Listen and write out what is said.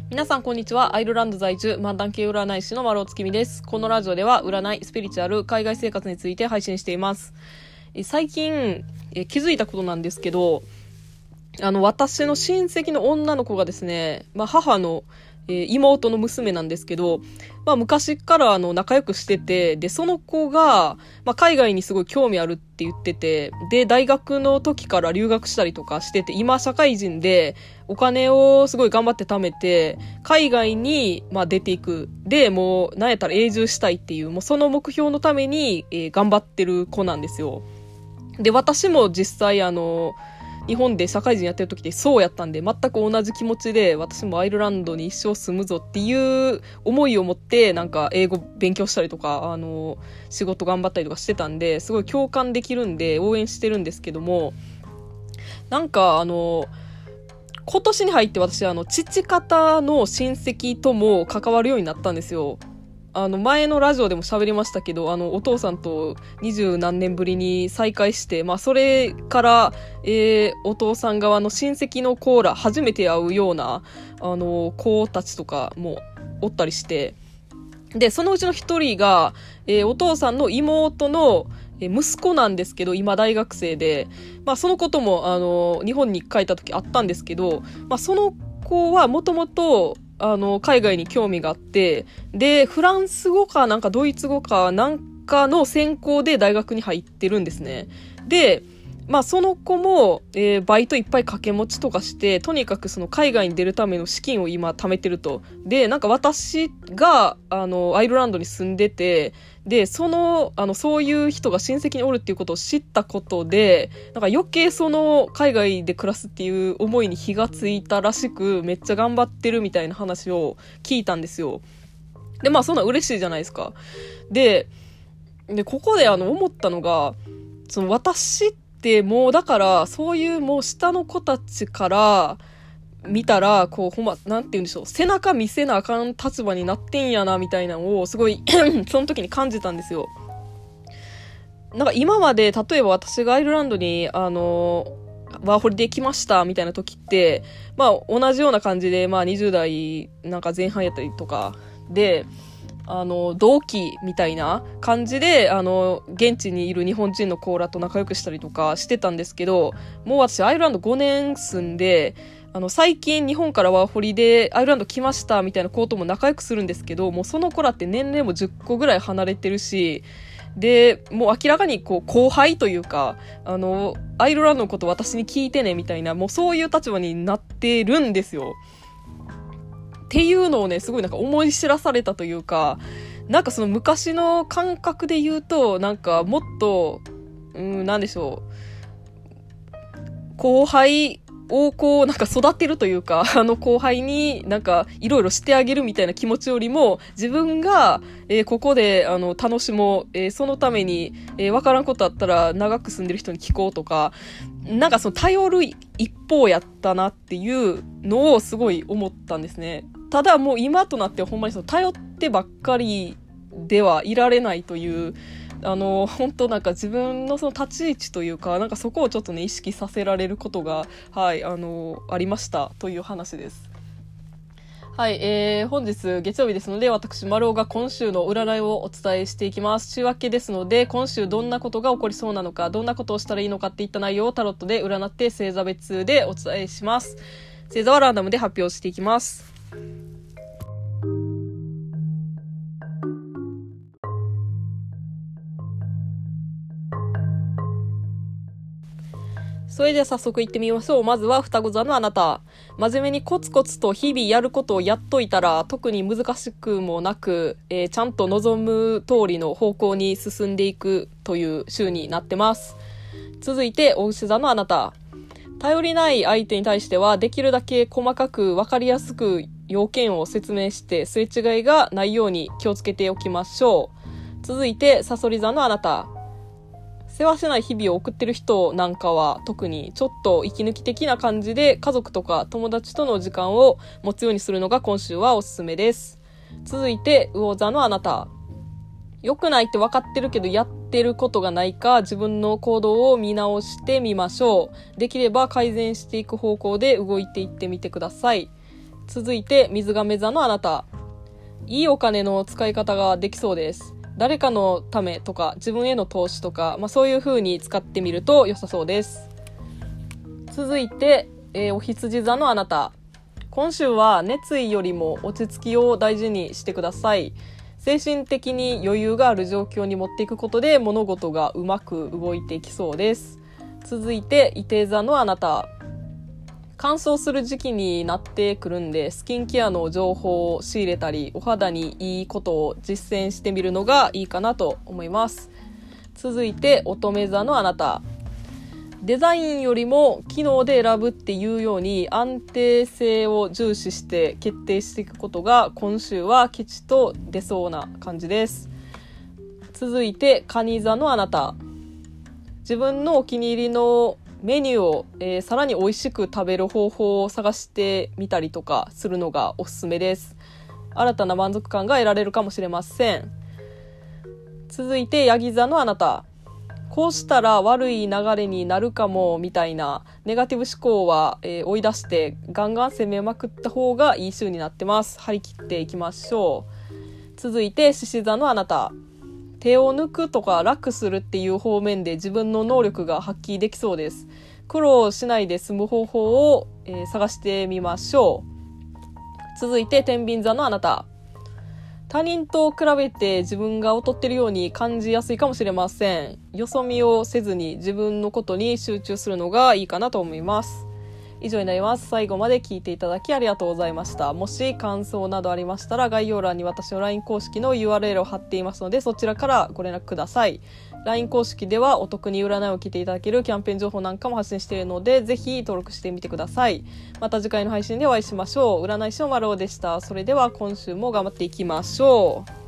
皆さんこんにちは。アイルランド在住漫談系占い師の丸尾月見です。このラジオでは占い、スピリチュアル、海外生活について配信しています。最近気づいたことなんですけど、私の親戚の女の子がですね、母の妹の娘なんですけど、昔から仲良くしてて、で、その子が、海外にすごい興味あるって言ってて、で、大学の時から留学したりとかしてて、今社会人でお金をすごい頑張って貯めて、海外に、出ていく。で、もう、なんやったら永住したいっていう、もうその目標のために、頑張ってる子なんですよ。で、私も実際日本で社会人やってる時ってそうやったんで、全く同じ気持ちで、私もアイルランドに一生住むぞっていう思いを持って、なんか英語勉強したりとか、仕事頑張ったりとかしてたんで、すごい共感できるんで応援してるんですけども、なんか今年に入って私父方の親戚とも関わるようになったんですよ。前のラジオでも喋りましたけど、お父さんと20何年ぶりに再会して、それから、お父さん側の親戚の子ら、初めて会うような、子たちとかもおったりして、で、そのうちの一人が、お父さんの妹の息子なんですけど、今大学生で、そのことも、日本に帰った時あったんですけど、その子はもともと、海外に興味があって、で、フランス語かなんかドイツ語かなんかの専攻で大学に入ってるんですね。で、その子も、バイトいっぱい掛け持ちとかして、とにかくその海外に出るための資金を今貯めてると。で、なんか私が、アイルランドに住んでて、で、そういう人が親戚におるっていうことを知ったことで、なんか余計その海外で暮らすっていう思いに火がついたらしく、めっちゃ頑張ってるみたいな話を聞いたんですよ。で、そんな嬉しいじゃないですか。で、ここで思ったのが、その私ってもうだからそういうもう下の子たちから見たらこうなんて言うんでしょう、背中見せなあかん立場になってんやなみたいなのをすごいその時に感じたんですよ。なんか今まで例えば私がアイルランドにワーホリで来ましたみたいな時って同じような感じで20代なんか前半やったりとかで同期みたいな感じで、現地にいる日本人の子らと仲良くしたりとかしてたんですけど、もう私アイルランド5年住んで、最近日本からワーホリでアイルランド来ましたみたいな子とも仲良くするんですけど、もうその子らって年齢も10個ぐらい離れてるし、で、もう明らかにこう後輩というか、アイルランドのこと私に聞いてねみたいな、もうそういう立場になってるんですよ。っていうのをね、すごいなんか思い知らされたというか、なんかその昔の感覚で言うと、なんかもっと、なんでしょう。後輩をこうなんか育てるというか、後輩になんかいろいろしてあげるみたいな気持ちよりも、自分が、ここで楽しもう、そのために、わからんことあったら長く住んでる人に聞こうとか、なんかその頼る一方やったなっていうのをすごい思ったんですね。ただもう今となってはほんまにその頼ってばっかりではいられないという、本当なんか自分のその立ち位置というか、なんかそこをちょっとね、意識させられることが、はい、ありましたという話です。はい、本日月曜日ですので、私、丸尾が今週の占いをお伝えしていきます。週明けですので、今週どんなことが起こりそうなのか、どんなことをしたらいいのかっていった内容をタロットで占って星座別でお伝えします。星座はランダムで発表していきます。それでは早速行ってみましょう。まずは双子座のあなた。真面目にコツコツと日々やることをやっといたら、特に難しくもなく、ちゃんと望む通りの方向に進んでいくという週になってます。続いて、牡牛座のあなた。頼りない相手に対しては、できるだけ細かく分かりやすく要件を説明して、すれ違いがないように気をつけておきましょう。続いて、蠍座のあなた。世話しない日々を送ってる人なんかは特にちょっと息抜き的な感じで家族とか友達との時間を持つようにするのが今週はおすすめです。続いて魚座のあなた。良くないって分かってるけどやってることがないか自分の行動を見直してみましょう。できれば改善していく方向で動いていってみてください。 続いて水亀座のあなた、いいお金の使い方ができそうです。誰かのためとか自分への投資とか、そういう風に使ってみると良さそうです。続いて、お羊座のあなた、今週は熱意よりも落ち着きを大事にしてください。精神的に余裕がある状況に持っていくことで物事がうまく動いていきそうです。続いて射手座のあなた、乾燥する時期になってくるんで、スキンケアの情報を仕入れたり、お肌にいいことを実践してみるのがいいかなと思います。続いて乙女座のあなた、デザインよりも機能で選ぶっていうように安定性を重視して決定していくことが今週は吉と出そうな感じです。続いて蟹座のあなた、自分のお気に入りのメニューを、さらに美味しく食べる方法を探してみたりとかするのがおすすめです。新たな満足感が得られるかもしれません。続いてヤギ座のあなた、こうしたら悪い流れになるかもみたいなネガティブ思考は、追い出してガンガン攻めまくった方がいい週になってます。張り切っていきましょう。続いて獅子座のあなた、手を抜くとか楽するっていう方面で自分の能力が発揮できそうです。苦労しないで済む方法を、探してみましょう。続いて天秤座のあなた、他人と比べて自分が劣っているように感じやすいかもしれません。よそ見をせずに自分のことに集中するのがいいかなと思います。以上になります。最後まで聞いていただきありがとうございました。もし感想などありましたら概要欄に私の LINE 公式の URL を貼っていますので、そちらからご連絡ください。LINE 公式ではお得に占いを聞いていただけるキャンペーン情報なんかも発信しているので、ぜひ登録してみてください。また次回の配信でお会いしましょう。占い師のまるおでした。それでは今週も頑張っていきましょう。